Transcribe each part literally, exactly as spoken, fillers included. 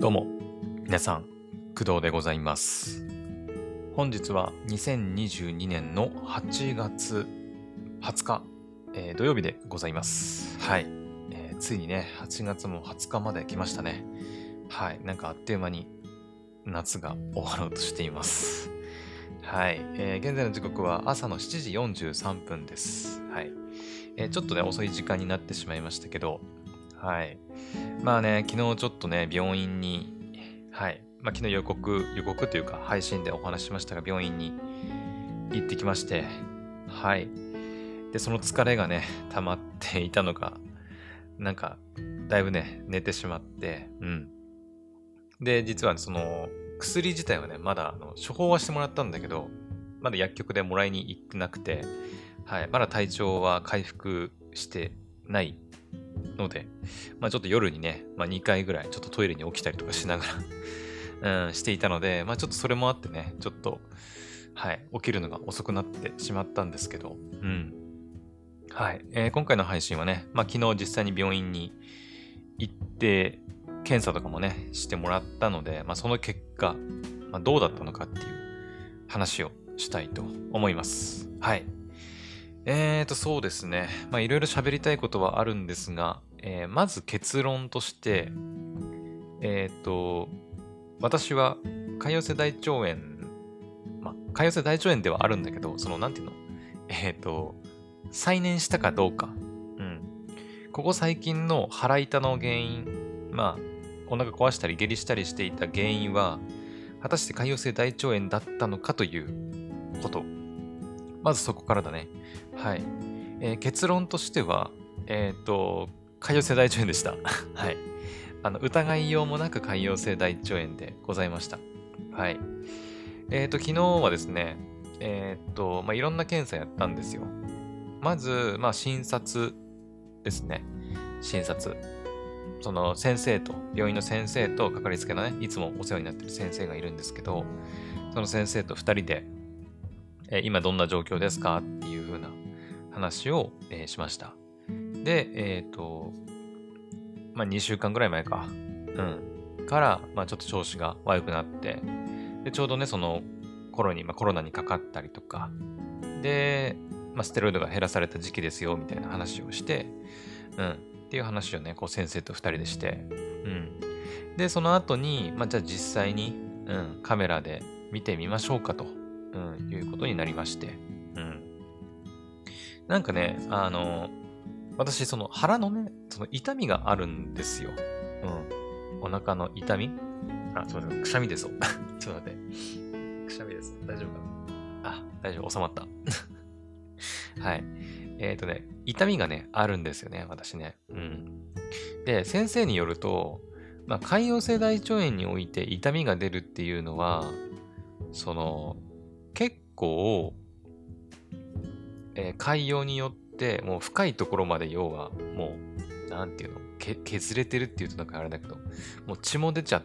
どうも、皆さん、工藤でございます。本日はにせんにじゅうにねんのはちがつはつか、えー土曜日でございます。はい、えーついにね、はちがつもはつかまで来ましたね。はい。なんかあっという間に夏が終わろうとしています。はい。えー現在の時刻は朝のしちじよんじゅうさんぷんです。はい。えーちょっとね、遅い時間になってしまいましたけど、はい。まあね、昨日ちょっとね、病院に、はい。まあ昨日予告、予告というか配信でお話ししましたが、病院に行ってきまして、はい。で、その疲れがね、溜まっていたのか、なんか、だいぶね、寝てしまって、うん。で、実はその、薬自体はね、まだあの処方はしてもらったんだけど、まだ薬局でもらいに行ってなくて、はい。まだ体調は回復してないので、まあちょっと夜にね、まあにかいぐらいちょっとトイレに起きたりとかしながらうん、していたので、まあちょっとそれもあってね、ちょっと、はい、起きるのが遅くなってしまったんですけど、うん。はい。えー今回の配信はね、まあ昨日実際に病院に行って、検査とかもね、してもらったので、まあその結果、まあどうだったのかっていう話をしたいと思います。はい。えーと、そうですね。まあいろいろ喋りたいことはあるんですが、えーまず結論として、えーと、私は潰瘍性大腸炎、まあ、潰瘍性大腸炎ではあるんだけど、その、なんていうのえっ、と、再燃したかどうか。うん。ここ最近の腹痛の原因、まあ、お腹壊したり下痢したりしていた原因は、果たして潰瘍性大腸炎だったのかということ。まずそこからだね。はい。えー結論としては、えっ、と、潰瘍性大腸炎でした。はい。あの、疑いようもなく潰瘍性大腸炎でございました。はい。えっ、と、昨日はですね、えっ、と、まあ、いろんな検査やったんですよ。まず、まあ、診察ですね。診察。その先生と、病院の先生と、かかりつけのね、いつもお世話になってる先生がいるんですけど、その先生とふたりで、えー今どんな状況ですかっていう風な話を、えーしました。で、えっ、と、まあ、にしゅうかんぐらい前か。うん。から、まあ、ちょっと調子が悪くなって、で、ちょうどね、その頃に、まあ、コロナにかかったりとか、で、まあ、ステロイドが減らされた時期ですよ、みたいな話をして、うん。っていう話をね、こう先生とふたりでして、うん。で、その後に、まあ、じゃあ実際に、うん、カメラで見てみましょうかと、うん、いうことになりまして、うん。なんかね、あの、私、その腹のね、その痛みがあるんですよ。うん。お腹の痛みあ、すみません。くしゃみです。ちょっと待って。くしゃみです。大丈夫かなあ、大丈夫。収まった。はい。えっ、とね、痛みがね、あるんですよね。私ね。うん。で、先生によると、まあ、潰瘍性大腸炎において痛みが出るっていうのは、その、結構、えー潰瘍によって、もう深いところまで要は、もう、なんていうの、け削れてるっていうとなんかあれだけど、もう血も出ちゃって、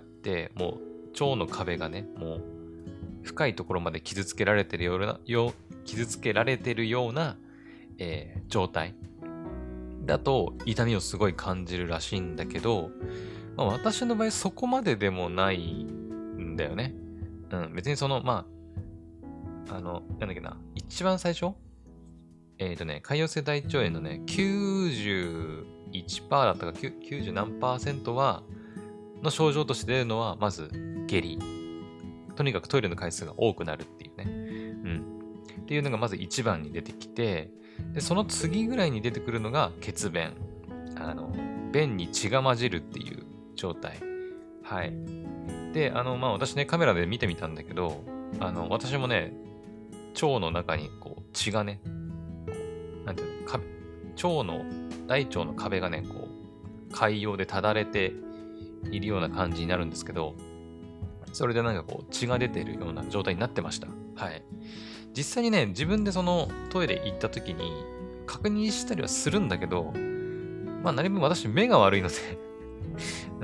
もう腸の壁がね、もう深いところまで傷つけられてるような、よ傷つけられてるような、えー状態だと痛みをすごい感じるらしいんだけど、まあ、私の場合そこまででもないんだよね。うん、別にその、まあ、あの、なんだっけな、一番最初えっ、とね、潰瘍性大腸炎のね、きゅうじゅういちパーセントだったか、きゅうじゅう何パーセントは、の症状として出るのは、まず、下痢。とにかくトイレの回数が多くなるっていうね。うん。っていうのがまず一番に出てきて、で、その次ぐらいに出てくるのが血便。あの、便に血が混じるっていう状態。はい。で、あの、まあ、私ね、カメラで見てみたんだけど、あの、私もね、腸の中にこう血がね、なんていうの、か腸の、大腸の壁がね、こう、潰瘍でただれているような感じになるんですけど、それでなんかこう、血が出ているような状態になってました。はい。実際にね、自分でそのトイレ行った時に確認したりはするんだけど、まあ何分私目が悪いのでうん。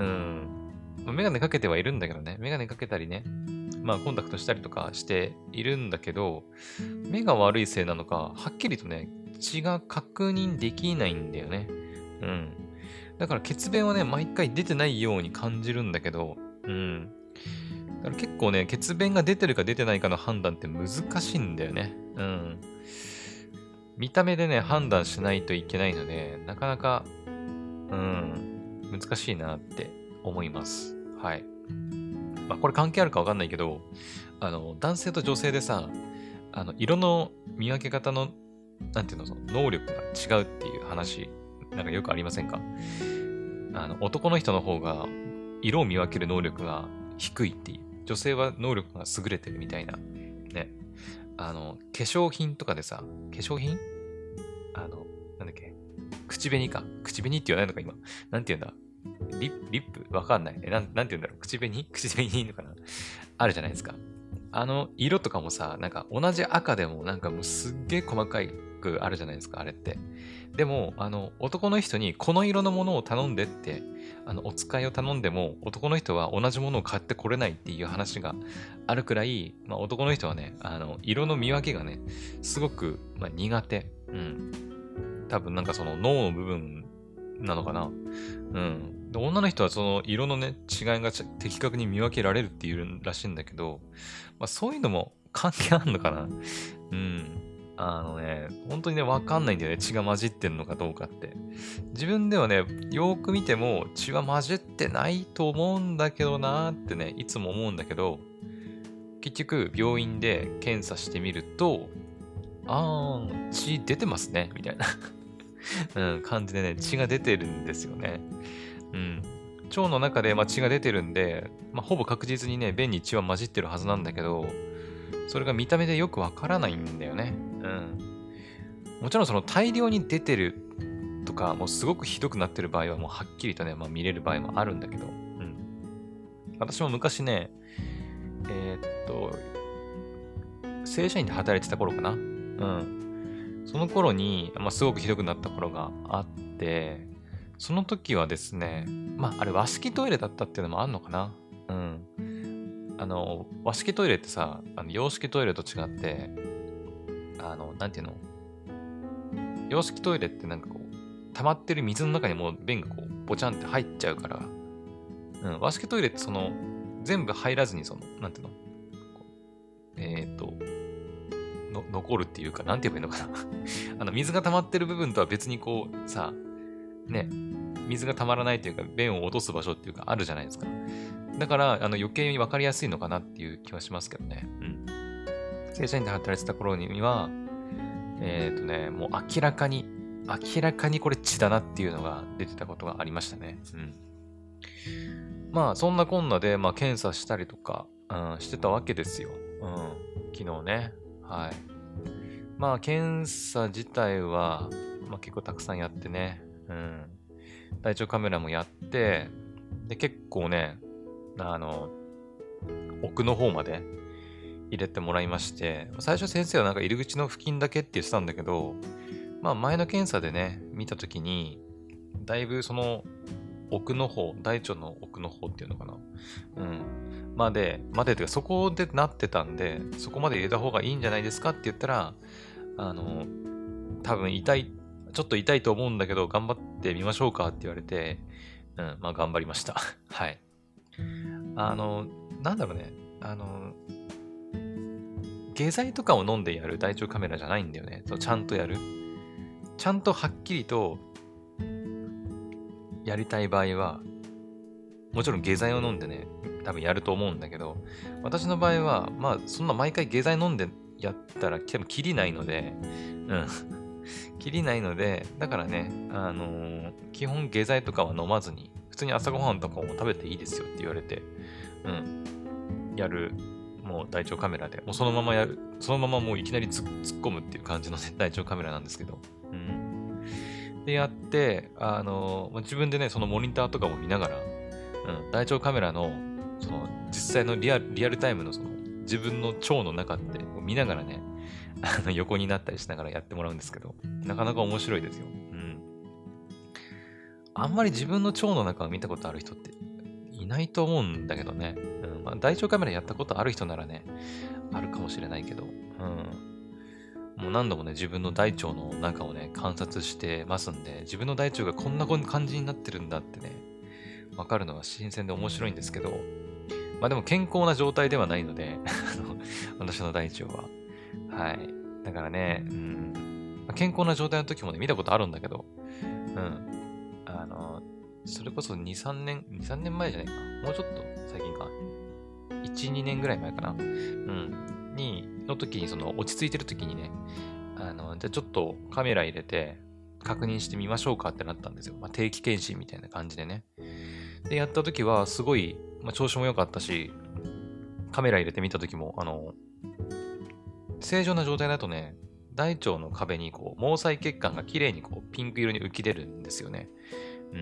メガネかけてはいるんだけどね。メガネかけたりね。まあコンタクトしたりとかしているんだけど、目が悪いせいなのか、はっきりとね、血が確認できないんだよね。うん。だから血便はね、毎回出てないように感じるんだけど、 うん。だから結構ね、血便が出てるか出てないかの判断って難しいんだよね。うん。見た目でね、判断しないといけないので、なかなか、うん、難しいなって思います。はい。まあ、これ関係あるかわかんないけど、あの、男性と女性でさ、あの、色の見分け方の、なんていうの、その能力が違うっていう話、なんかよくありませんか？あの、男の人の方が色を見分ける能力が低いっていう。女性は能力が優れてるみたいな。ね。あの、化粧品とかでさ、化粧品あの、なんだっけ。口紅か。口紅って言わないのか、今。なんて言うんだ。リップ、リップわかんない。え、なん、なんて言うんだろう。口紅口紅いいのかな？あるじゃないですか。あの、色とかもさ、なんか同じ赤でもなんかもうすっげえ細かいくあるじゃないですか、あれって。でも、あの、男の人にこの色のものを頼んでって、あの、お使いを頼んでも、男の人は同じものを買ってこれないっていう話があるくらい、まあ、男の人はね、あの、色の見分けがね、すごく、まあ、苦手。うん。多分なんかその脳の部分なのかな。うん。で、女の人はその色のね、違いがち的確に見分けられるっていうらしいんだけど、まあ、そういうのも関係あるのかな。うん。あのね、本当にね、わかんないんだよね。血が混じってんのかどうかって。自分ではね、よーく見ても血は混じってないと思うんだけどなーってね、いつも思うんだけど、結局病院で検査してみると、あー、血出てますね、みたいなうん、感じでね、血が出てるんですよね。うん。腸の中で、まあ、血が出てるんで、まあ、ほぼ確実にね、便に血は混じってるはずなんだけど、それが見た目でよくわからないんだよね。うん。もちろんその大量に出てるとか、もうすごくひどくなってる場合はもうはっきりとね、まあ、見れる場合もあるんだけど、うん。私も昔ね、えーっと、正社員で働いてた頃かな。うん。その頃に、まあ、すごくひどくなった頃があって、その時はですね、まあ、あれ和式トイレだったっていうのもあんのかな。うん。あの、和式トイレってさ、あの洋式トイレと違って、あの、なんていうの洋式トイレってなんかこう、溜まってる水の中にもう便がこう、ボチャンって入っちゃうから、うん、和式トイレってその、全部入らずにその、なんていうのこうえっ、と、の、残るっていうか、なんて言えばいいのかなあの、水が溜まってる部分とは別にこう、さ、ね、水が溜まらないというか、便を落とす場所っていうか、あるじゃないですか。だから、あの、余計に分かりやすいのかなっていう気はしますけどね。うん。正社員で働いてた頃には、えっ、とね、もう明らかに、明らかにこれ血だなっていうのが出てたことがありましたね。うん。まあ、そんなこんなで、まあ、検査したりとか、うん、してたわけですよ。うん。昨日ね。はい。まあ、検査自体は、まあ、結構たくさんやってね。うん。大腸カメラもやって、で、結構ね、あの、奥の方まで入れてもらいまして、最初先生はなんか入り口の付近だけって言ってたんだけど、まあ前の検査でね、見たときに、だいぶその奥の方、大腸の奥の方っていうのかな。うん。まで、までというかそこでなってたんで、そこまで入れた方がいいんじゃないですかって言ったら、あの、多分痛い、ちょっと痛いと思うんだけど、頑張ってみましょうかって言われて、うん、まあ頑張りました。はい。あの、なんだろうね。あの、下剤とかを飲んでやる大腸カメラじゃないんだよね。そうちゃんとやる。ちゃんとはっきりとやりたい場合は、もちろん下剤を飲んでね、多分やると思うんだけど、私の場合は、まあ、そんな毎回下剤飲んでやったら、多分切りないので、うん。切りないので、だからね、あのー基本下剤とかは飲まずに、普通に朝ごはんとかも食べていいですよって言われて、うん。やる、もう大腸カメラで、もうそのままやる、そのままもういきなり突っ突っ込むっていう感じのね、大腸カメラなんですけど、うん。で、やって、あのー自分でね、そのモニターとかも見ながら、うん、大腸カメラの、その、実際のリアル、リアルタイムのその、自分の腸の中って見ながらね、あの、横になったりしながらやってもらうんですけど、なかなか面白いですよ。うん。あんまり自分の腸の中を見たことある人っていないと思うんだけどね。うん。まあ、大腸カメラやったことある人ならね、あるかもしれないけど、うん。もう何度もね、自分の大腸の中をね、観察してますんで、自分の大腸がこんな感じになってるんだってね、わかるのが新鮮で面白いんですけど、 まあでも健康な状態ではないので、私の大腸は。はい。だからね、うん。まあ、健康な状態の時もね、見たことあるんだけど、うん。あの、それこそに、さんねん、に、さんねんまえじゃないか。もうちょっと最近か。いち、にねんぐらい前かな。うん。に、の時に、その、落ち着いてる時にね、あの、じゃあちょっとカメラ入れて、確認してみましょうかってなったんですよ。まあ、定期検診みたいな感じでね。で、やった時は、すごい、まあ、調子も良かったし、カメラ入れてみた時も、あの、正常な状態だとね、大腸の壁にこう毛細血管が綺麗にこうピンク色に浮き出るんですよね。うん。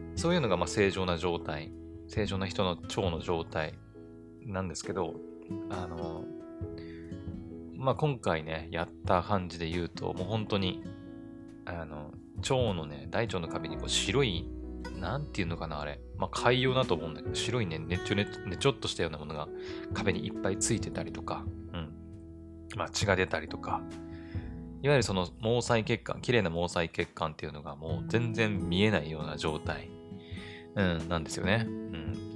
そういうのがまあ正常な状態。正常な人の腸の状態なんですけど、あの、まあ、今回ね、やった感じで言うと、もう本当に、あの、腸のね、大腸の壁にこう白い、なんていうのかな、あれ。まあ、海洋だと思うんだけど、白いね、ねちょね、ねちょっとしたようなものが壁にいっぱいついてたりとか、うん。まあ、血が出たりとか、いわゆるその毛細血管、綺麗な毛細血管っていうのがもう全然見えないような状態、うん、なんですよね。うん。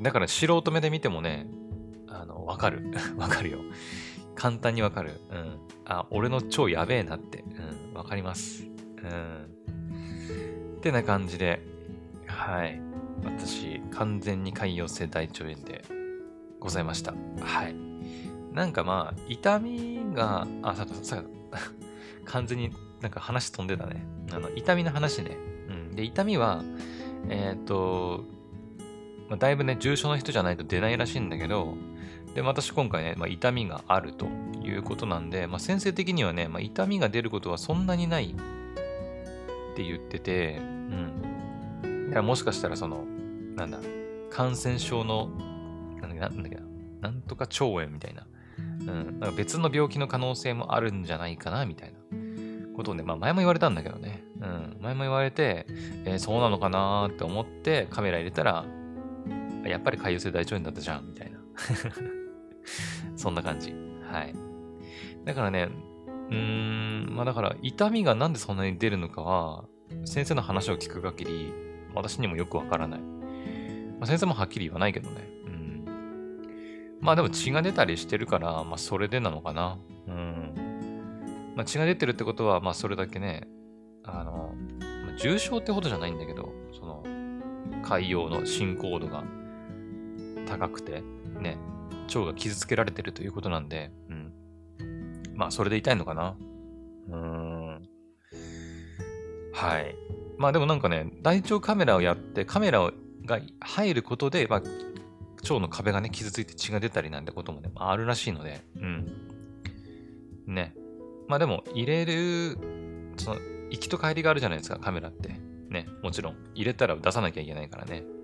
だから素人目で見てもね、あの、わかる。わかるよ。簡単にわかる。うん。あ、俺の腸やべえなって。うん。わかります。うん。ってな感じで、はい。私、完全に潰瘍性大腸炎でございました。はい。なんかまあ、痛みが、あ、さ、さ、完全になんか話飛んでたね。あの、痛みの話ね。うん。で、痛みは、えっと、まあ、だいぶね、重症な人じゃないと出ないらしいんだけど、で、私今回ね、まあ、痛みがあるということなんで、まあ、先生的にはね、まあ、痛みが出ることはそんなにないって言ってて、うん。だからもしかしたらその、なんだ、感染症の、なんだなんだっけな、なんとか腸炎みたいな、うん、なんか別の病気の可能性もあるんじゃないかな、みたいなことをね、まあ前も言われたんだけどね、うん、前も言われて、えーそうなのかなーって思ってカメラ入れたら、やっぱり潰瘍性大腸炎だったじゃん、みたいな。そんな感じ。はい。だからね、うーん、まあだから痛みがなんでそんなに出るのかは、先生の話を聞く限り、私にもよくわからない。まあ、先生もはっきり言わないけどね。うん。まあでも血が出たりしてるから、まあそれでなのかな。うん。まあ血が出てるってことは、まあそれだけね、あの、まあ重症ってほどじゃないんだけど、その、潰瘍の進行度が高くて、ね、腸が傷つけられてるということなんで、うん。まあそれで痛いのかな。うーん。はい。まあでもなんかね、大腸カメラをやって、カメラが入ることで、まあ、腸の壁がね、傷ついて血が出たりなんてこともね、まあ、あるらしいので、うん。ね。まあでも、入れる、その、行きと帰りがあるじゃないですか、カメラって。ね。もちろん、入れたら出さなきゃいけないからね。うん。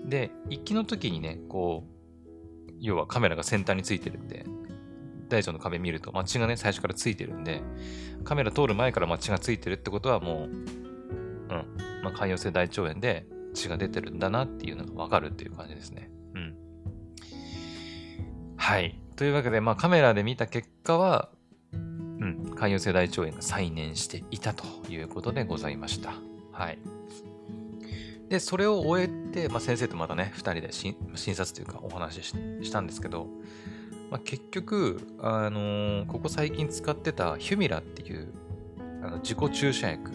で、行きの時にね、こう、要はカメラが先端についてるんで、大腸の壁見ると、まあ、血がね、最初からついてるんで、カメラ通る前からまあ血がついてるってことはもう、うん、まあ、潰瘍性大腸炎で血が出てるんだなっていうのがわかるっていう感じですね。うん。はい。というわけで、まあ、カメラで見た結果は、うん、潰瘍性大腸炎が再燃していたということでございました。はい。で、それを終えて、まあ、先生とまたね、ふたりで診察というかお話ししたんですけど、まあ、結局、あのーここ最近使ってたヒュミラっていうあの自己注射薬、うん、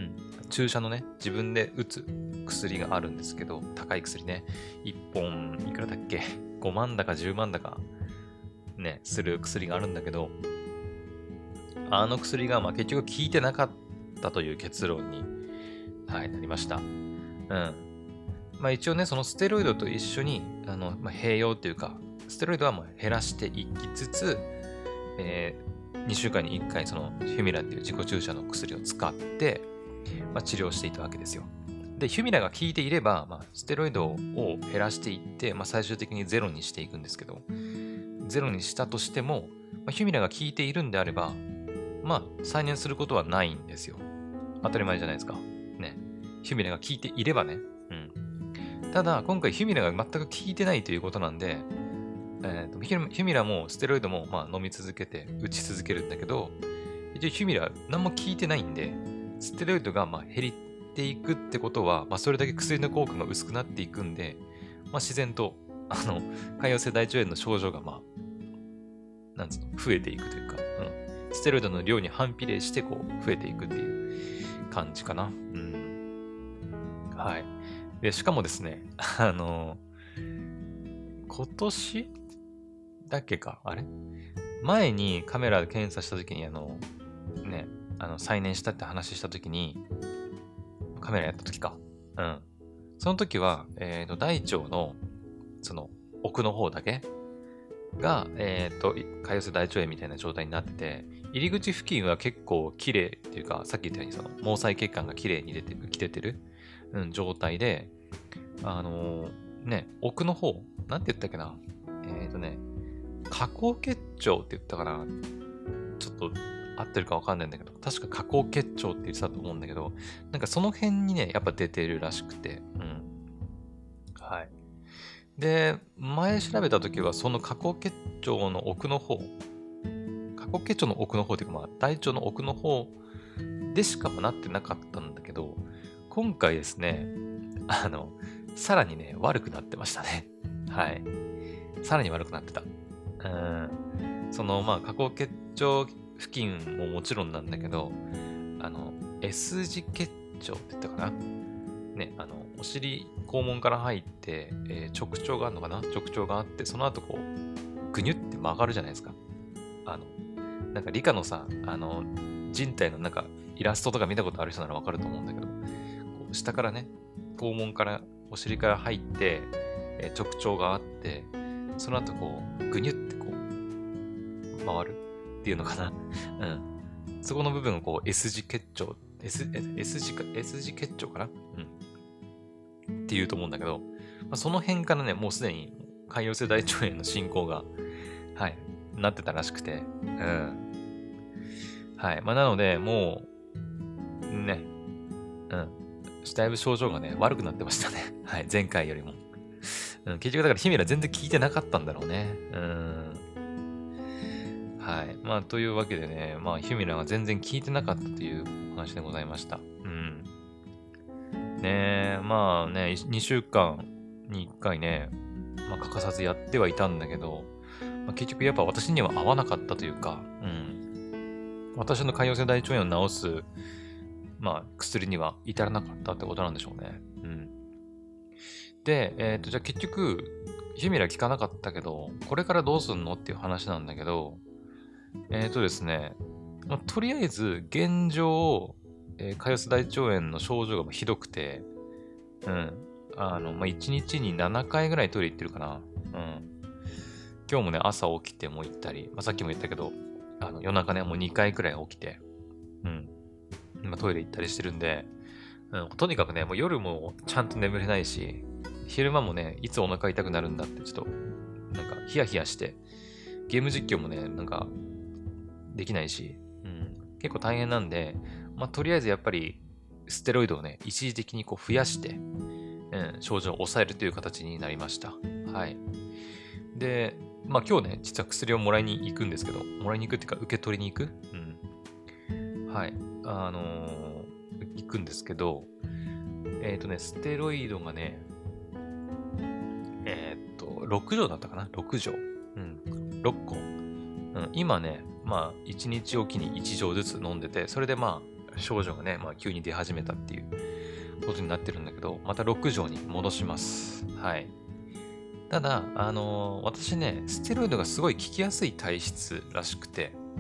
注射のね、自分で打つ薬があるんですけど、高い薬ね、いっぽんいくらだっけ ?ご 万だかじゅうまんだかね、する薬があるんだけど、あの薬がまあ結局効いてなかったという結論に、はい、なりました。うん。まあ一応ね、そのステロイドと一緒に、あの、まあ、併用っていうか、ステロイドはもう減らしていきつつ、えー、にしゅうかんにいっかいそのヒュミラっていう自己注射の薬を使って、まあ、治療していたわけですよ。で、ヒュミラが効いていれば、まあ、ステロイドを減らしていって、まあ、最終的にゼロにしていくんですけど、ゼロにしたとしても、まあ、ヒュミラが効いているんであれば、まあ、再燃することはないんですよ。当たり前じゃないですか。ね。ヒュミラが効いていればね。うん。ただ、今回ヒュミラが全く効いてないということなんで、えーと、ヒュミラもステロイドもまあ飲み続けて打ち続けるんだけど、一応ヒュミラ何も効いてないんで、ステロイドがまあ減っていくってことは、まあ、それだけ薬の効果が薄くなっていくんで、まあ、自然とあの、潰瘍性大腸炎の症状が、まあ、なんつうの、増えていくというか、うん。ステロイドの量に反比例して、こう、増えていくっていう感じかな。うん。はい。で、しかもですね、あの、今年だっけか、あれ前にカメラで検査したときに、あの、ね、あの、再燃したって話したときに、カメラやったときか。うん。その時は、えっと、大腸の、その、奥の方だけが、えっと、潰瘍性大腸炎みたいな状態になってて、入り口付近は結構綺麗っていうか、さっき言ったように、その、毛細血管が綺麗に出て、浮き出てる、うん、状態で、あのーね、奥の方、なんて言ったっけな。えっとね、下行結腸って言ったかな。ちょっと合ってるかわかんないんだけど、確か下行結腸って言ってたと思うんだけど、なんかその辺にね、やっぱ出てるらしくて、うん。はい。で、前調べた時は、その下行結腸の奥の方、下行結腸の奥の方っていうか、まあ、大腸の奥の方でしかもなってなかったんだけど、今回ですね、あの、さらにね、悪くなってましたね。はい。さらに悪くなってた。うん。その、まあ、下行結腸付近ももちろんなんだけど、あの、S 字結腸って言ったかな。ね、あの、お尻、肛門から入って、えー直腸があるのかな直腸があって、その後こう、ぐにゅって曲がるじゃないですか。あの、なんか理科のさ、あの、人体のなんかイラストとか見たことある人ならわかると思うんだけど、こう下からね、肛門からお尻から入って、えー直腸があって、その後こう、ぐにゅってこう、回るっていうのかな。うん。そこの部分をこう S 字結腸、S, S 字か、S 字結腸かなうん。っていうと思うんだけど、まあ、その辺からね、もうすでに潰瘍性大腸炎の進行が、はい、なってたらしくて、うん。はい。まあ、なので、もう、ね、うん。だいぶ症状がね、悪くなってましたね。はい。前回よりも。うん、結局だからヒメラ全然聞いてなかったんだろうね。うん。はい。まあ、というわけでね、まあ、ヒメラが全然聞いてなかったというお話でございました。うん。ねえ、まあね、にしゅうかんにいっかいね、まあ、欠かさずやってはいたんだけど、まあ、結局やっぱ私には合わなかったというか、うん。私の潰瘍性大腸炎を治す、まあ、薬には至らなかったってことなんでしょうね。うん。で、えっと、じゃあ結局、ヒメラ効かなかったけど、これからどうすんのっていう話なんだけど、えっとですね、まあ、とりあえず現状、えー、潰瘍性大腸炎の症状がひどくて、うん。あの、まあ、いちにちにななかいぐらいトイレ行ってるかな。うん。今日もね、朝起きても行ったり、まあ、さっきも言ったけど、あの夜中ね、もうにかいくらい起きて、うん。まあ、トイレ行ったりしてるんで、うん、とにかくね、もう夜もちゃんと眠れないし、昼間もね、いつお腹痛くなるんだって、ちょっと、なんか、ヒヤヒヤして、ゲーム実況もね、なんか、できないし、うん、結構大変なんで、まあ、とりあえずやっぱり、ステロイドをね、一時的にこう増やして、うん、症状を抑えるという形になりました。はい。で、まあ今日ね、実は薬をもらいに行くんですけど、もらいに行くっていうか、受け取りに行くうん。はい。あのー行くんですけど、えっとね、ステロイドがね、えっと、ろく錠だったかな ?ろく 錠。うん。ろっこ。うん、今ね、まあ、いちにちおきにいち錠ずつ飲んでて、それでまあ、症状がね、まあ、急に出始めたっていうことになってるんだけど、またろく錠に戻します。はい。ただ、あのー私ね、ステロイドがすごい効きやすい体質らしくて、うん。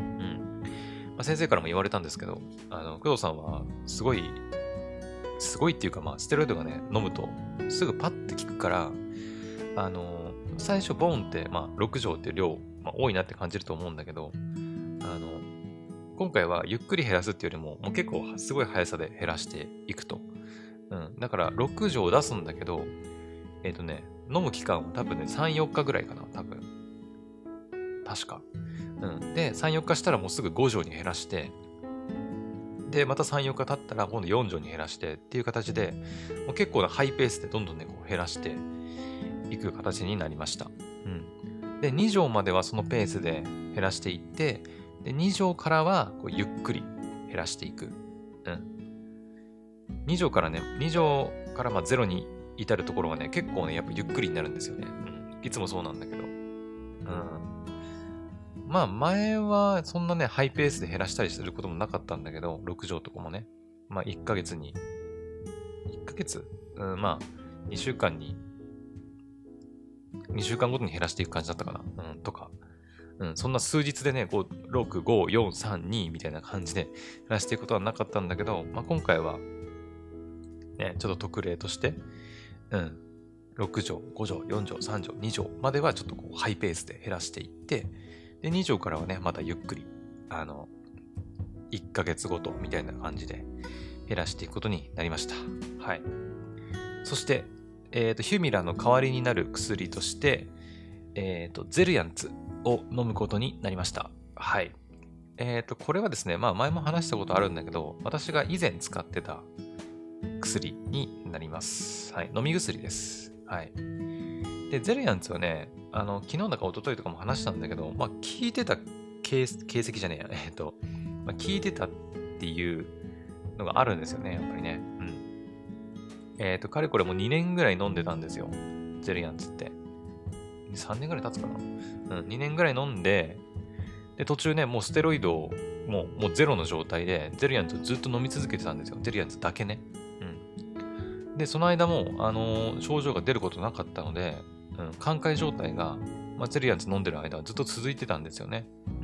まあ、先生からも言われたんですけど、あの、工藤さんは、すごい、すごいっていうか、まあ、ステロイドがね、飲むと、すぐパッて効くから、あのー最初、ボンって、まあ、ろく錠っていう量、まあ、多いなって感じると思うんだけど、あの、今回はゆっくり減らすっていうよりも、もう結構すごい速さで減らしていくと。うん。だから、ろく錠出すんだけど、えっとね、飲む期間は多分ね、さん、よっかぐらいかな、多分。確か。うん。で、さん、よっかしたらもうすぐご錠に減らして、で、またさん、よっか経ったら今度よん錠に減らしてっていう形で、もう結構なハイペースでどんどんね、こう減らしていく形になりました。うん。で、に錠まではそのペースで減らしていって、で、に錠からはこうゆっくり減らしていく。うん。に錠からね、に錠からまあゼロに至るところはね、結構ね、やっぱゆっくりになるんですよね。うん。 いつもそうなんだけど。うん。まあ前はそんなね、ハイペースで減らしたりすることもなかったんだけど、ろく畳とかもね。まあいっかげつに、いっかげつ、うん、まあにしゅうかんに、にしゅうかんごとに減らしていく感じだったかな。うん、とか。うん、そんな数日でね、こう、ろく、ご、よん、さん、にみたいな感じで減らしていくことはなかったんだけど、まあ今回は、ね、ちょっと特例として、うん、ろく畳、ご畳、よん畳、さん畳、に畳まではちょっとこうハイペースで減らしていって、で、に畳からはね、またゆっくり、あの、いっかげつごとみたいな感じで減らしていくことになりました。はい。そして、えっと、ヒュミラの代わりになる薬として、えっと、ゼルヤンツを飲むことになりました。はい。えっと、これはですね、まあ前も話したことあるんだけど、私が以前使ってた薬になります。はい。飲み薬です。はい。で、ゼルヤンツはね、あの、昨日だか一昨日とかも話したんだけど、まあ、聞いてた形形跡じゃねえや、えっと、まあ、聞いてたっていうのがあるんですよね、やっぱりね。うん。えっと、かれこれもうにねんぐらい飲んでたんですよ。ゼルヤンツって。さんねんぐらい経つかな。うん、にねんぐらい飲んで、で、途中ね、もうステロイドをもう、もうゼロの状態で、ゼルヤンツをずっと飲み続けてたんですよ。ゼルヤンツだけね。うん。で、その間も、あのー症状が出ることなかったので、うん、寛解状態が、まあ、ゼリアンツ飲んでる間はずっと続いてたんですよね。うん。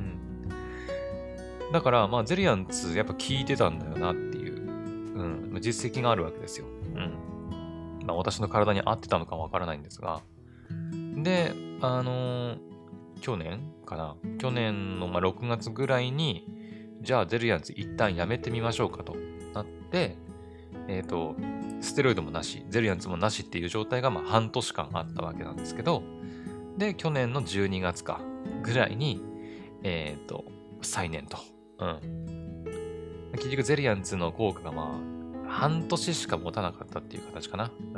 だから、まあ、ゼリアンツやっぱ効いてたんだよなっていう、うん、実績があるわけですよ。うん。まあ、私の体に合ってたのかわからないんですが。で、あのー去年かな去年のまあろくがつぐらいに、じゃあゼリアンツ一旦やめてみましょうかとなって、えっと、ステロイドもなし、ゼリアンツもなしっていう状態がまあ半年間あったわけなんですけど、で、去年のじゅうにがつかぐらいに、えっと、再燃と。うん。結局ゼリアンツの効果がまあ、半年しか持たなかったっていう形かな。うん。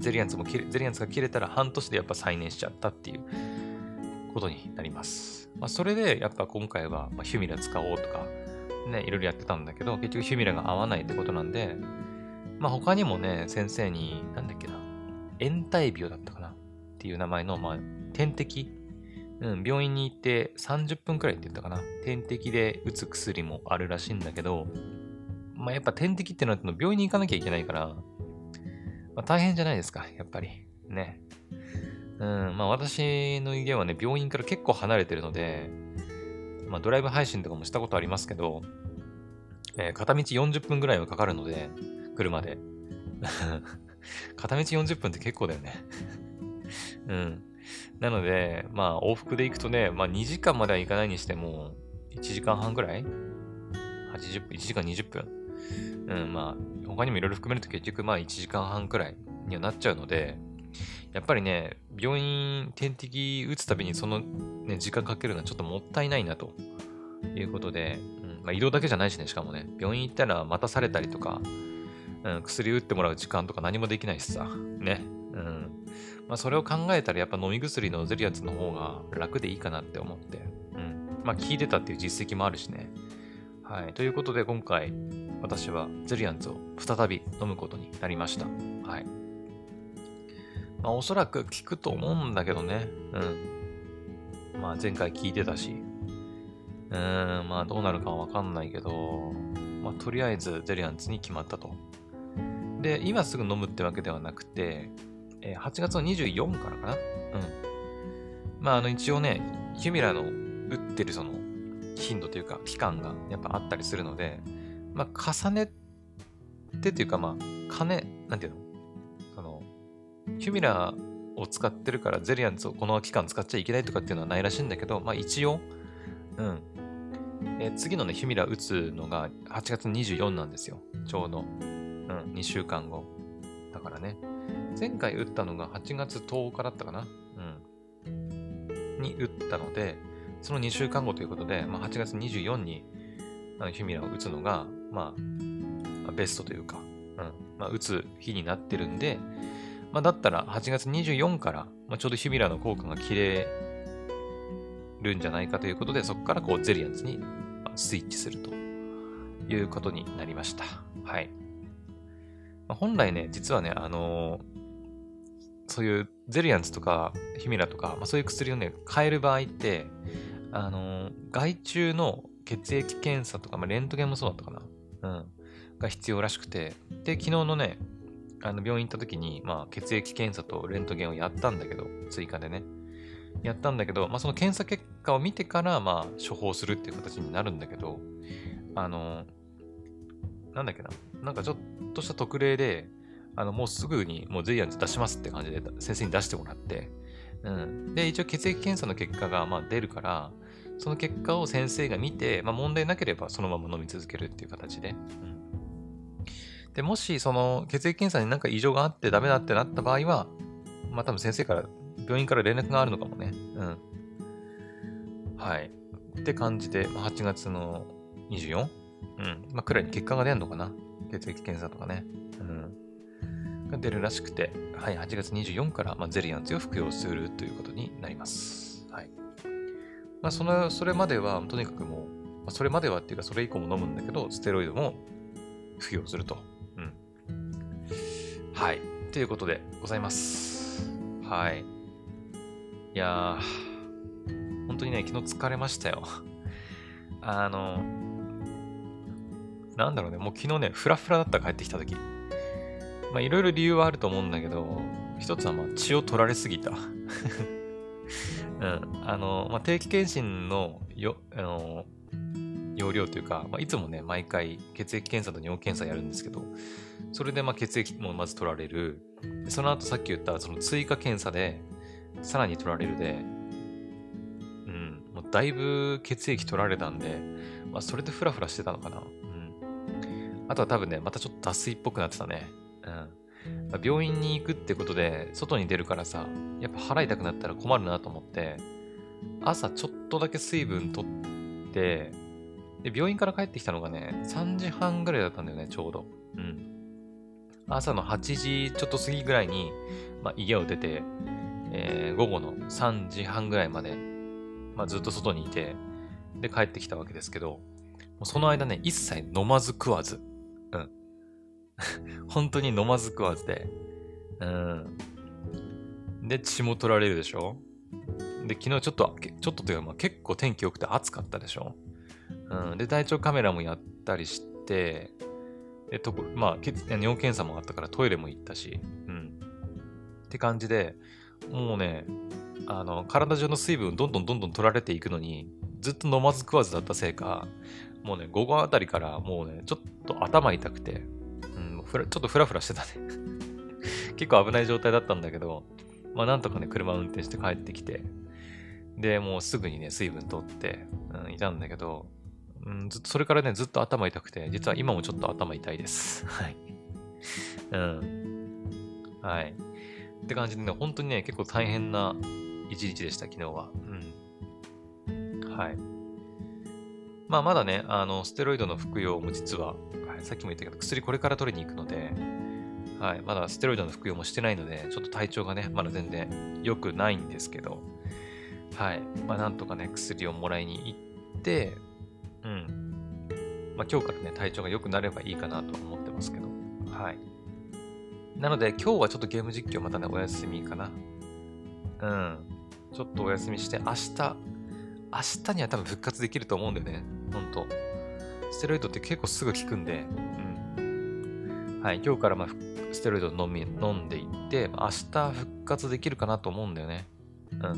ゼリアンツも切れ、ゼリアンツが切れたら半年でやっぱ再燃しちゃったっていうことになります。まあ、それでやっぱ今回は、まあ、ヒュミラ使おうとか、ね、いろいろやってたんだけど、結局ヒュミラが合わないってことなんで、まあ他にもね、先生に、なんだっけな、延滞病だったかなっていう名前の、まあ、点滴。うん、病院に行ってさんじゅっぷんくらいって言ったかな。点滴で打つ薬もあるらしいんだけど、まあやっぱ点滴ってなると病院に行かなきゃいけないから、まあ大変じゃないですか、やっぱり。ね。うん、まあ私の家はね、病院から結構離れてるので、まあドライブ配信とかもしたことありますけど、えー片道よんじゅっぷんぐらいはかかるので、車で。片道よんじゅっぷんって結構だよね。うん。なので、まあ往復で行くとね、まあにじかんまでは行かないにしても、いちじかんはんぐらい ?はちじゅっぷん、いちじかんにじゅっぷん。うん、まあ、他にもいろいろ含めると結局まあいちじかんはんくらいにはなっちゃうので、やっぱりね、病院点滴打つたびにそのね、時間かけるのはちょっともったいないなということで、うんまあ、移動だけじゃないしね、しかもね、病院行ったら待たされたりとか、うん、薬打ってもらう時間とか何もできないしさ、ね。うん。まあ、それを考えたらやっぱ飲み薬のゼリアンツの方が楽でいいかなって思って、うん。まあ、効いてたっていう実績もあるしね。はい。ということで今回、私はゼリアンツを再び飲むことになりました。はい。まあ、おそらく効くと思うんだけどね。うん。まあ、前回効いてたし。うーん、まあ、どうなるかはわかんないけど、まあ、とりあえずゼリアンツに決まったと。で、今すぐ飲むってわけではなくて、えーはちがつのにじゅうよっかからかな。うん。まあ、あの、一応ね、ヒュミラの打ってるその、頻度というか、期間がやっぱあったりするので、まあ、重ねてというか、まあ、金、なんていうのその、ヒュミラを使ってるからゼリアンツをこの期間使っちゃいけないとかっていうのはないらしいんだけど、まあ一応、うん。えー次のね、ヒュミラ打つのがはちがつにじゅうよっかなんですよ。ちょうど。うん、にしゅうかんご。だからね。前回打ったのがはちがつとおかだったかな。うん。に打ったので、そのにしゅうかんごということで、まあ、はちがつにじゅうよっかにあのヒュミラを打つのが、まあ、ベストというか、うん。まあ、打つ日になってるんで、まあ、だったらはちがつにじゅうよっかから、まあ、ちょうどヒュミラの効果が切れるんじゃないかということで、そこからこうゼリアンツにまあスイッチするということになりました。はい。まあ本来ね、実はね、あのーそういうゼリアンツとかヒミラとか、まあ、そういう薬をね、変える場合って、あのー外注の血液検査とか、まあ、レントゲンもそうだったかな。うん。が必要らしくて。で、昨日のね、あの病院行った時に、まあ、血液検査とレントゲンをやったんだけど、追加でね。やったんだけど、まあ、その検査結果を見てから、まあ、処方するっていう形になるんだけど、あのーなんだっけな。なんかちょっとした特例で、あの、もうすぐにもうゼリアンツ出しますって感じで先生に出してもらって、うん。で、一応血液検査の結果がまあ出るから、その結果を先生が見て、まあ問題なければそのまま飲み続けるっていう形で。うん、で、もしその血液検査になんか異常があってダメだってなった場合は、まあ多分先生から、病院から連絡があるのかもね。うん。はい。って感じで、まあ、はちがつのにじゅうよっか、うん。まあくらいに結果が出るのかな。血液検査とかね。うん。が出るらしくて、はい、はちがつにじゅうよっかから、まあ、ゼリアンツを服用するということになります。はい。まあ、その、それまでは、とにかくもう、まあ、それまではっていうか、それ以降も飲むんだけど、ステロイドも服用すると。うん。はい。ということでございます。はい。いやー、本当にね、昨日疲れましたよ。あの、なんだろうね、もう昨日ね、フラフラだった帰ってきた時。まあ、いろいろ理由はあると思うんだけど、一つはまあ血を取られすぎた。うん。あの、まあ、定期検診のよ、あの、容量というか、まあ、いつもね、毎回血液検査と尿検査やるんですけど、それでまあ血液もまず取られる。その後さっき言ったその追加検査で、さらに取られるで、うん、もうだいぶ血液取られたんで、まあ、それでフラフラしてたのかな。うん。あとは多分ね、またちょっと脱水っぽくなってたね。うん。まあ病院に行くってことで、外に出るからさ、やっぱ腹痛くなったら困るなと思って、朝ちょっとだけ水分取って、で、病院から帰ってきたのがね、さんじはんぐらいだったんだよね、ちょうど。うん。朝のはちじちょっと過ぎぐらいに、まあ、家を出て、えー午後のさんじはんぐらいまで、まあ、ずっと外にいて、で、帰ってきたわけですけど、もうその間ね、一切飲まず食わず。うん。本当に飲まず食わずで。うん。で、血も取られるでしょ。で、昨日ちょっと、けちょっとというか、まあ、結構天気良くて暑かったでしょ。うん。で、体調カメラもやったりして、で、とこ、まあ、血尿検査もあったからトイレも行ったし、うん。って感じで、もうね、あの、体中の水分どんどんどんどん取られていくのに、ずっと飲まず食わずだったせいか、もうね、午後あたりからもうね、ちょっと頭痛くて、うん、ふらちょっとフラフラしてたね。結構危ない状態だったんだけど、まあなんとかね、車運転して帰ってきて、で、もうすぐにね、水分取って、うん、いたんだけど、うん、ずっと、それからね、ずっと頭痛くて、実は今もちょっと頭痛いです。はい。うん。はい。って感じでね、本当にね、結構大変な一日でした、昨日は。うん。はい。まあ、まだね、あの、ステロイドの服用も実は、はい、さっきも言ったけど、薬これから取りに行くので、はい、まだステロイドの服用もしてないので、ちょっと体調がね、まだ全然良くないんですけど、はい。まあ、なんとかね、薬をもらいに行って、うん。まあ、今日からね、体調が良くなればいいかなと思ってますけど、はい。なので、今日はちょっとゲーム実況またね、お休みかな。うん。ちょっとお休みして、明日、明日には多分復活できると思うんだよね。ほんと。ステロイドって結構すぐ効くんで、うん。はい。今日からまあ、ステロイド飲み、飲んでいって、明日復活できるかなと思うんだよね。うん。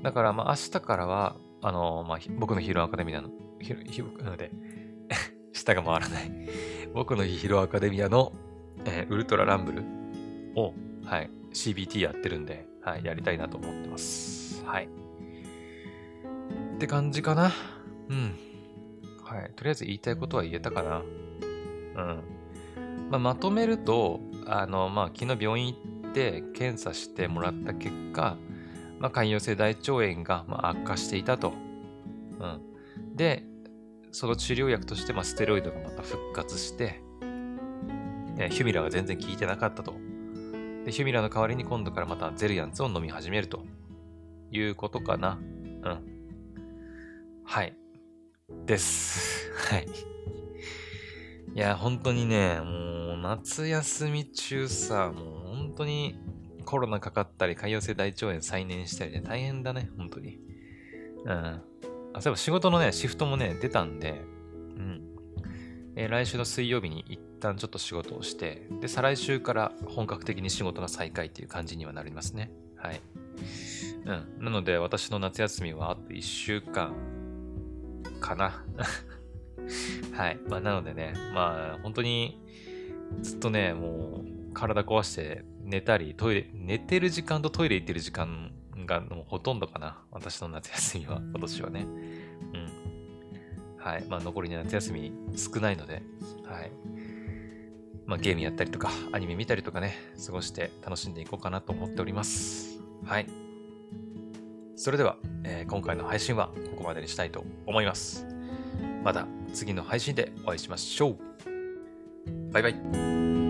だからまあ、明日からは、あのーまあ、僕のヒーローアカデミアの、ヒロ、ヒロ、なので、舌が回らない。僕のヒーローアカデミアの、えーウルトラランブルを、はい、シービーティー やってるんで、はい、やりたいなと思ってます。はい。って感じかな。うん。はい。とりあえず言いたいことは言えたかな。うん。まあ、まとめると、あの、まあ、昨日病院行って検査してもらった結果、まあ、潰瘍性大腸炎がまあ悪化していたと。うん。で、その治療薬として、まあ、ステロイドがまた復活して、えヒュミラが全然効いてなかったと。で、ヒュミラの代わりに今度からまたゼリアンツを飲み始めるということかな。うん。はい。です。はい。いや、本当にね、もう夏休み中さ、もう本当にコロナかかったり、潰瘍性大腸炎再燃したりで大変だね、本当に。うん。あ、そういえば仕事のね、シフトもね、出たんで、うん。えー来週の水曜日に一旦ちょっと仕事をして、で、再来週から本格的に仕事が再開っていう感じにはなりますね。はい。うん。なので、私の夏休みはあといっしゅうかんかな。はい。まあ、なのでね、まあ、本当に、ずっとね、もう、体壊して寝たり、トイレ、寝てる時間とトイレ行ってる時間がもうほとんどかな。私の夏休みは、今年はね。うん。はい。まあ、残りの夏休み少ないので、はい。まあ、ゲームやったりとか、アニメ見たりとかね、過ごして楽しんでいこうかなと思っております。はい。それでは、えー今回の配信はここまでにしたいと思います。また次の配信でお会いしましょう。バイバイ。